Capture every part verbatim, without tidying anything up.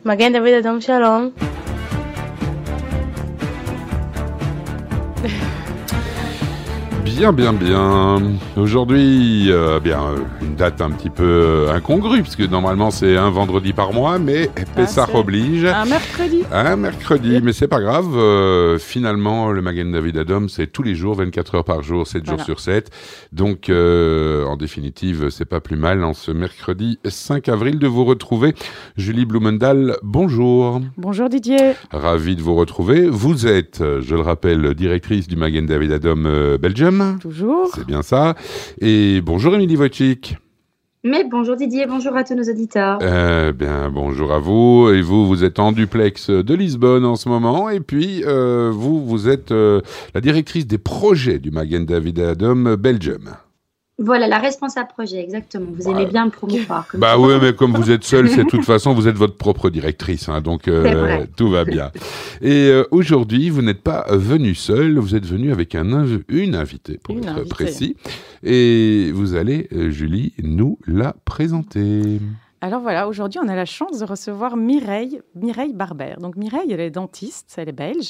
Magen David Adom Shalom. Bien, bien, bien. Aujourd'hui, euh, bien, euh, une date un petit peu incongrue, puisque normalement c'est un vendredi par mois, mais Pessah Ah, oblige. Un mercredi. Un mercredi, mais c'est pas grave. Euh, finalement, le Magen David Adom, c'est tous les jours, vingt-quatre heures par jour, sept Voilà. jours sur sept. Donc, euh, en définitive, c'est pas plus mal en ce mercredi cinq avril de vous retrouver. Julie Blumendahl, bonjour. Bonjour Didier. Ravi de vous retrouver. Vous êtes, je le rappelle, directrice du Magen David Adom euh, Belgium. Toujours. C'est bien ça. Et bonjour Émilie Wojcik. Mais bonjour Didier, bonjour à tous nos auditeurs. Euh, bien, bonjour à vous. Et vous, vous êtes en duplex de Lisbonne en ce moment. Et puis, euh, vous, vous êtes euh, la directrice des projets du Magen David Adom Belgium. Voilà, la responsable projet, exactement. Vous aimez Ouais. bien me promouvoir. Comme Bah ça. oui, mais comme vous êtes seule, c'est de toute façon, vous êtes votre propre directrice. Hein, donc, euh, C'est vrai. tout va bien. Et euh, aujourd'hui, vous n'êtes pas venu seul, vous êtes venu avec un inv- une invitée, pour Une être invitée. précis. Et vous allez, euh, Julie, nous la présenter. Alors voilà, aujourd'hui, on a la chance de recevoir Mireille, Mireille Barber. Donc Mireille, elle est dentiste, elle est belge.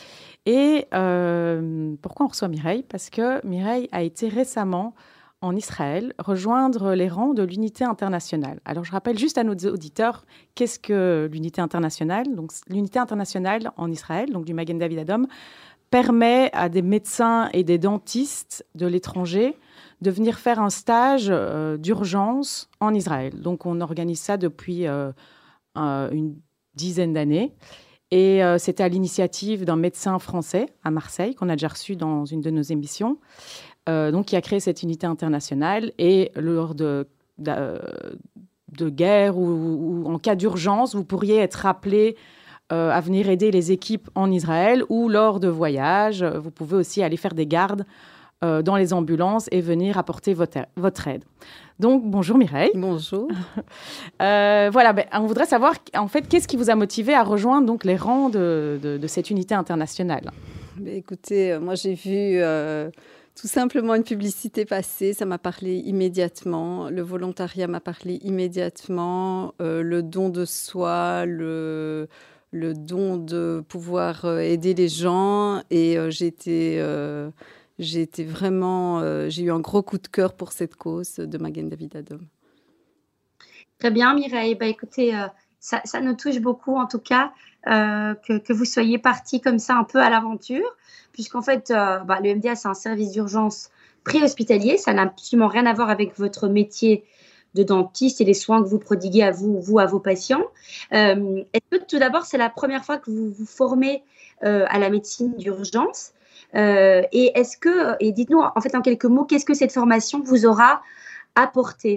Et euh, pourquoi on reçoit Mireille ? Parce que Mireille a été récemment en Israël rejoindre les rangs de l'unité internationale. Alors je rappelle juste à nos auditeurs qu'est-ce que l'unité internationale. Donc l'unité internationale en Israël, donc du Magen David Adom, permet à des médecins et des dentistes de l'étranger de venir faire un stage euh, d'urgence en Israël. Donc on organise ça depuis euh, euh, une dizaine d'années. Et euh, c'était à l'initiative d'un médecin français à Marseille, qu'on a déjà reçu dans une de nos émissions, euh, donc qui a créé cette unité internationale. Et lors de, de, de guerre ou, ou en cas d'urgence, vous pourriez être appelé euh, à venir aider les équipes en Israël, ou lors de voyages, vous pouvez aussi aller faire des gardes euh, dans les ambulances et venir apporter votre, votre aide. Donc, bonjour Mireille. Bonjour. Euh, voilà, ben, on voudrait savoir, en fait, qu'est-ce qui vous a motivé à rejoindre donc, les rangs de, de, de cette unité internationale ? Mais écoutez, euh, moi j'ai vu euh, tout simplement une publicité passer, ça m'a parlé immédiatement. Le volontariat m'a parlé immédiatement. Euh, le don de soi, le, le don de pouvoir euh, aider les gens. Et euh, j'ai été... Euh, J'ai été vraiment, euh, j'ai eu un gros coup de cœur pour cette cause de Magen David Adom. Très bien Mireille, bah, écoutez, euh, ça, ça nous touche beaucoup en tout cas euh, que, que vous soyez partis comme ça un peu à l'aventure, puisqu'en fait euh, bah, le M D A c'est un service d'urgence préhospitalier, ça n'a absolument rien à voir avec votre métier de dentiste et les soins que vous prodiguez à vous, vous à vos patients. Euh, est-ce que tout d'abord c'est la première fois que vous vous formez euh, à la médecine d'urgence ? Euh, et est-ce que, et dites-nous en fait en quelques mots, qu'est-ce que cette formation vous aura apporté ?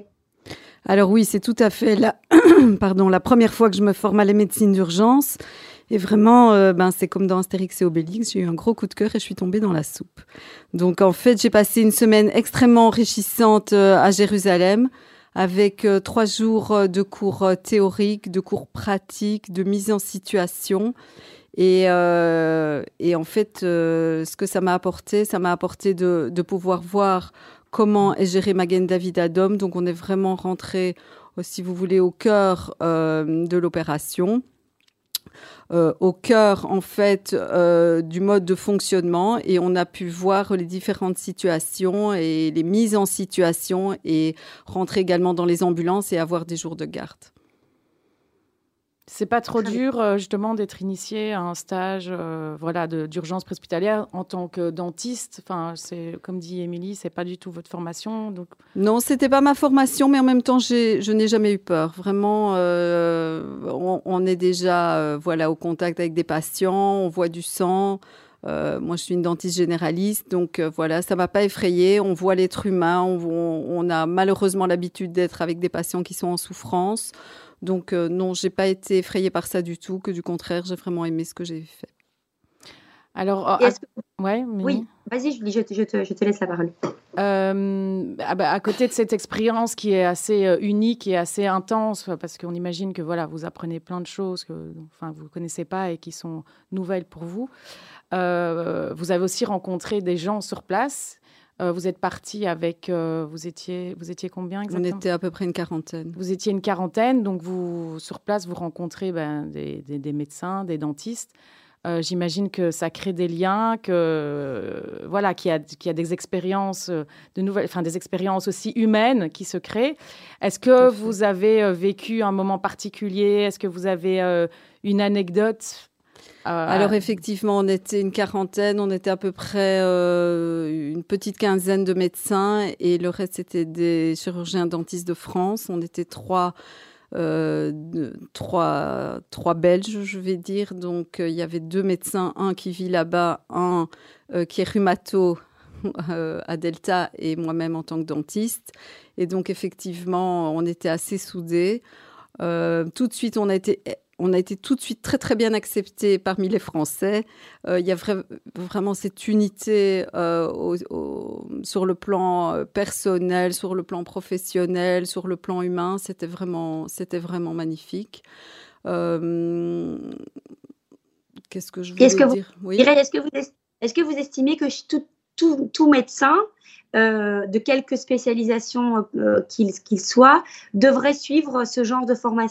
Alors oui, c'est tout à fait la, pardon, la première fois que je me forme à la médecine d'urgence. Et vraiment, euh, ben, c'est comme dans Astérix et Obélix, j'ai eu un gros coup de cœur et je suis tombée dans la soupe. Donc en fait, j'ai passé une semaine extrêmement enrichissante euh, à Jérusalem, avec euh, trois jours euh, de cours euh, théoriques, de cours pratiques, de mise en situation. Et, euh, et en fait, euh, ce que ça m'a apporté, ça m'a apporté de, de pouvoir voir comment est géré Magen David Adom. Donc, on est vraiment rentré, si vous voulez, au cœur euh, de l'opération, euh, au cœur, en fait, euh, du mode de fonctionnement. Et on a pu voir les différentes situations et les mises en situation et rentrer également dans les ambulances et avoir des jours de garde. C'est pas trop dur, euh, justement, d'être initié à un stage euh, voilà, de, d'urgence préhospitalière en tant que dentiste. Enfin, c'est, comme dit Émilie, c'est pas du tout votre formation. Donc... Non, c'était pas ma formation, mais en même temps, j'ai, je n'ai jamais eu peur. Vraiment, euh, on, on est déjà euh, voilà, au contact avec des patients, on voit du sang. Euh, moi, je suis une dentiste généraliste, donc euh, voilà, ça m'a pas effrayée. On voit l'être humain, on, on, on a malheureusement l'habitude d'être avec des patients qui sont en souffrance. Donc euh, non, j'ai pas été effrayée par ça du tout, que du contraire, j'ai vraiment aimé ce que j'ai fait. Alors, à... Est-ce que... ouais, mais... Oui, vas-y, Julie, je te, je, te, je te laisse la parole. Euh, ah bah, à côté de cette expérience qui est assez euh, unique et assez intense, parce qu'on imagine que voilà, vous apprenez plein de choses que enfin, vous ne connaissez pas et qui sont nouvelles pour vous, euh, vous avez aussi rencontré des gens sur place Euh, vous êtes parti avec, euh, vous étiez, vous étiez combien exactement? On était à peu près une quarantaine. Vous étiez une quarantaine, donc vous, sur place, vous rencontrez ben, des, des, des médecins, des dentistes. Euh, j'imagine que ça crée des liens, que euh, voilà, qu'il y a, qu'il y a des expériences de nouvelles, enfin des expériences aussi humaines qui se créent. Est-ce que vous avez euh, vécu un moment particulier? Est-ce que vous avez euh, une anecdote? euh, Alors effectivement, on était une quarantaine, on était à peu près euh, une petite quinzaine de médecins et le reste c'était des chirurgiens dentistes de France. On était trois. Euh, trois, trois Belges, je vais dire. Donc, euh, il y avait deux médecins, un qui vit là-bas, un euh, qui est rhumato euh, à Delta et moi-même en tant que dentiste. Et donc, effectivement, on était assez soudés. Euh, tout de suite, on a été... On a été tout de suite très, très bien acceptés parmi les Français. Euh, il y a vra- vraiment cette unité euh, au, au, sur le plan personnel, sur le plan professionnel, sur le plan humain. C'était vraiment, c'était vraiment magnifique. Euh, qu'est-ce que je voulais est-ce que dire vous, oui. Est-ce que vous, est-ce que vous estimez que tout, tout, tout médecin, euh, de quelque spécialisation euh, qu'il, qu'il soit, devrait suivre ce genre de formation ?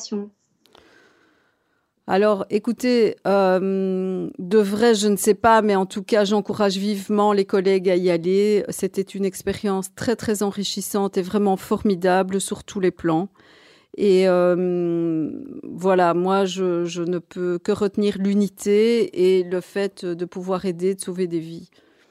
Alors, écoutez, euh, de vrai, je ne sais pas, mais en tout cas, j'encourage vivement les collègues à y aller. C'était une expérience très, très enrichissante et vraiment formidable sur tous les plans. Et euh, voilà, moi, je, je ne peux que retenir l'unité et le fait de pouvoir aider, de sauver des vies.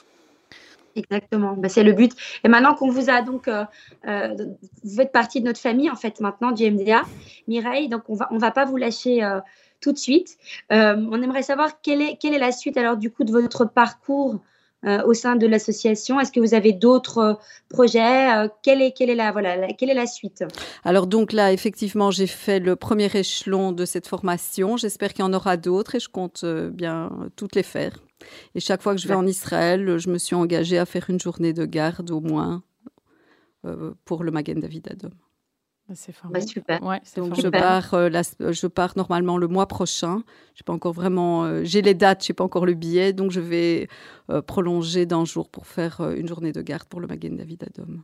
Exactement, ben, c'est le but. Et maintenant qu'on vous a donc, euh, euh, vous faites partie de notre famille en fait maintenant du M D A, Mireille, donc on va on va pas vous lâcher euh, tout de suite. Euh, on aimerait savoir quelle est quelle est la suite alors du coup de votre parcours euh, au sein de l'association. Est-ce que vous avez d'autres euh, projets euh, Quelle est quelle est la voilà la, quelle est la suite? Alors donc là effectivement j'ai fait le premier échelon de cette formation. J'espère qu'il y en aura d'autres et je compte euh, bien toutes les faire. Et chaque fois que je vais en Israël, je me suis engagée à faire une journée de garde au moins euh, pour le Magen David Adom. C'est formidable. Bah, super. Ouais, c'est Donc formidable. je pars, euh, la, je pars normalement le mois prochain. J'ai pas encore vraiment, euh, j'ai les dates, j'ai pas encore le billet, donc je vais euh, prolonger d'un jour pour faire euh, une journée de garde pour le Magen David Adom.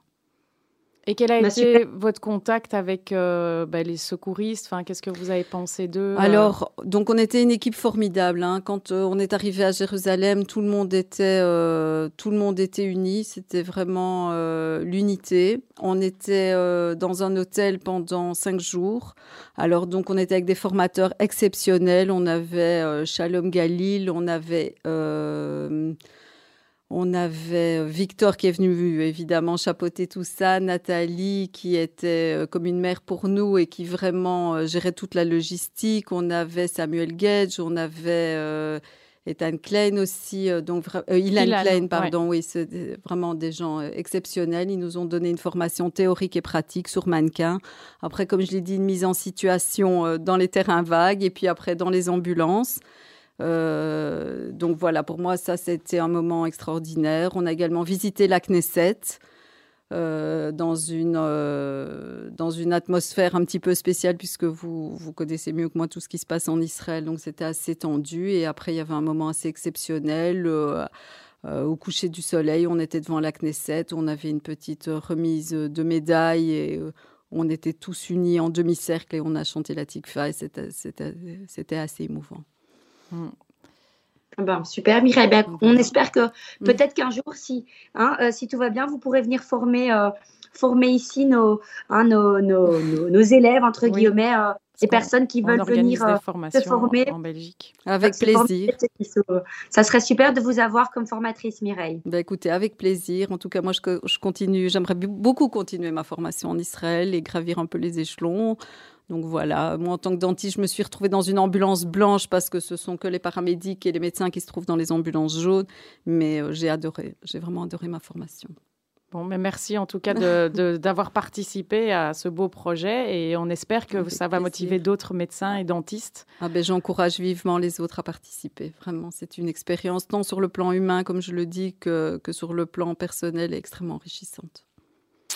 Et quel a bah, été super. votre contact avec euh, bah, les secouristes? Enfin, qu'est-ce que vous avez pensé d'eux? Alors, donc on était une équipe formidable. Hein. Quand euh, on est arrivé à Jérusalem, tout le monde était, euh, tout le monde était uni. C'était vraiment euh, l'unité. On était euh, dans un hôtel pendant cinq jours. Alors donc on était avec des formateurs exceptionnels. On avait euh, Shalom Galil, on avait euh, On avait Victor qui est venu évidemment chapeauter tout ça, Nathalie qui était euh, comme une mère pour nous et qui vraiment euh, gérait toute la logistique. On avait Samuel Gage, on avait euh, Ethan Klein aussi, euh, donc euh, Ilan, Ilan Klein, pardon, ouais. Oui, c'est des, vraiment des gens euh, exceptionnels. Ils nous ont donné une formation théorique et pratique sur mannequin. Après, comme je l'ai dit, une mise en situation euh, dans les terrains vagues et puis après dans les ambulances. Euh, donc voilà, pour moi, ça, c'était un moment extraordinaire. On a également visité la Knesset euh, dans, une, euh, dans une atmosphère un petit peu spéciale puisque vous, vous connaissez mieux que moi tout ce qui se passe en Israël. Donc c'était assez tendu. Et après, il y avait un moment assez exceptionnel. Euh, euh, au coucher du soleil, on était devant la Knesset. On avait une petite remise de médailles et euh, on était tous unis en demi-cercle et on a chanté la Tikva. Et c'était, c'était, c'était assez émouvant. Ben, super, Mireille. Ben, on espère que peut-être qu'un jour, si, hein, euh, si tout va bien, vous pourrez venir former, euh, former ici nos, hein, nos, nos, nos, nos élèves, entre oui. guillemets, euh, les personnes qui veulent venir euh, se former. En Belgique. Avec plaisir. Former. Ça serait super de vous avoir comme formatrice, Mireille. Ben, écoutez, avec plaisir. En tout cas, moi, je, je continue. J'aimerais beaucoup continuer ma formation en Israël et gravir un peu les échelons. Donc voilà, moi en tant que dentiste, je me suis retrouvée dans une ambulance blanche parce que ce sont que les paramédics et les médecins qui se trouvent dans les ambulances jaunes. Mais euh, j'ai adoré, j'ai vraiment adoré ma formation. Bon, mais merci en tout cas de, de, d'avoir participé à ce beau projet et on espère que Avec ça va plaisir. Motiver d'autres médecins et dentistes. Ah ben, j'encourage vivement les autres à participer. Vraiment, c'est une expérience tant sur le plan humain, comme je le dis, que, que sur le plan personnel extrêmement enrichissante.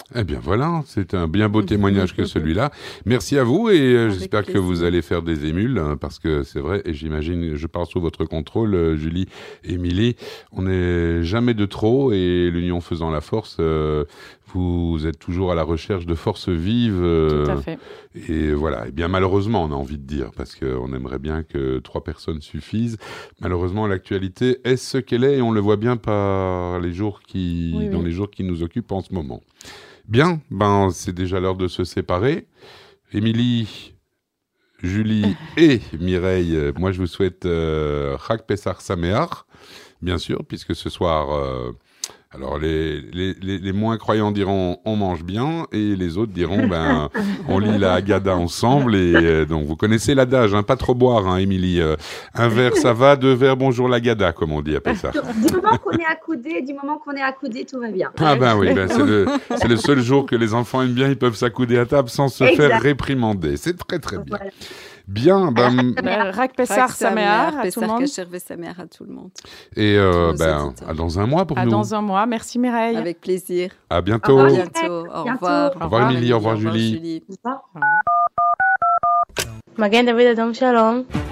Eh bien voilà, c'est un bien beau témoignage que celui-là. Merci à vous et euh, Avec j'espère que plaisir. vous allez faire des émules hein, parce que c'est vrai et j'imagine, je parle sous votre contrôle, euh, Julie, Émilie, on n'est jamais de trop et l'union faisant la force, euh, vous êtes toujours à la recherche de forces vives. euh, Tout à fait. Et voilà, et bien malheureusement, on a envie de dire, parce qu'on aimerait bien que trois personnes suffisent. Malheureusement, l'actualité est ce qu'elle est et on le voit bien par les jours qui, Oui, dans oui. les jours qui nous occupent en ce moment. Bien, ben c'est déjà l'heure de se séparer. Émilie, Julie et Mireille, euh, moi je vous souhaite euh, Chag Pesach Sameach, bien sûr, puisque ce soir, euh, alors les, les, les, les moins croyants diront on mange bien et les autres diront ben on lit la Haggadah ensemble et euh, donc vous connaissez l'adage, hein, pas trop boire, hein, Émilie. Euh, un verre ça va, deux verres bonjour la Haggadah comme on dit à Pesach. Du moment qu'on est accoudé, du moment qu'on est accoudé, tout va bien. Ah ben oui, ben c'est le, c'est le seul jour que les enfants aiment bien, ils peuvent s'accouder à table sans se Exact. faire réprimander. C'est très très bien. Voilà. Bien, ben, Ben, Rak Pessar Sameach à tout le monde. Pesach Kasher Sameach à tout le monde. et euh, Tous nos ben, auditeurs. à dans un mois pour À nous. dans un mois. Merci Mireille. Avec plaisir. À bientôt. À Au bientôt. Au Bientôt. revoir. Au revoir, Émilie, au revoir, Julie. Julie. Au revoir. Magen David Adom Shalom.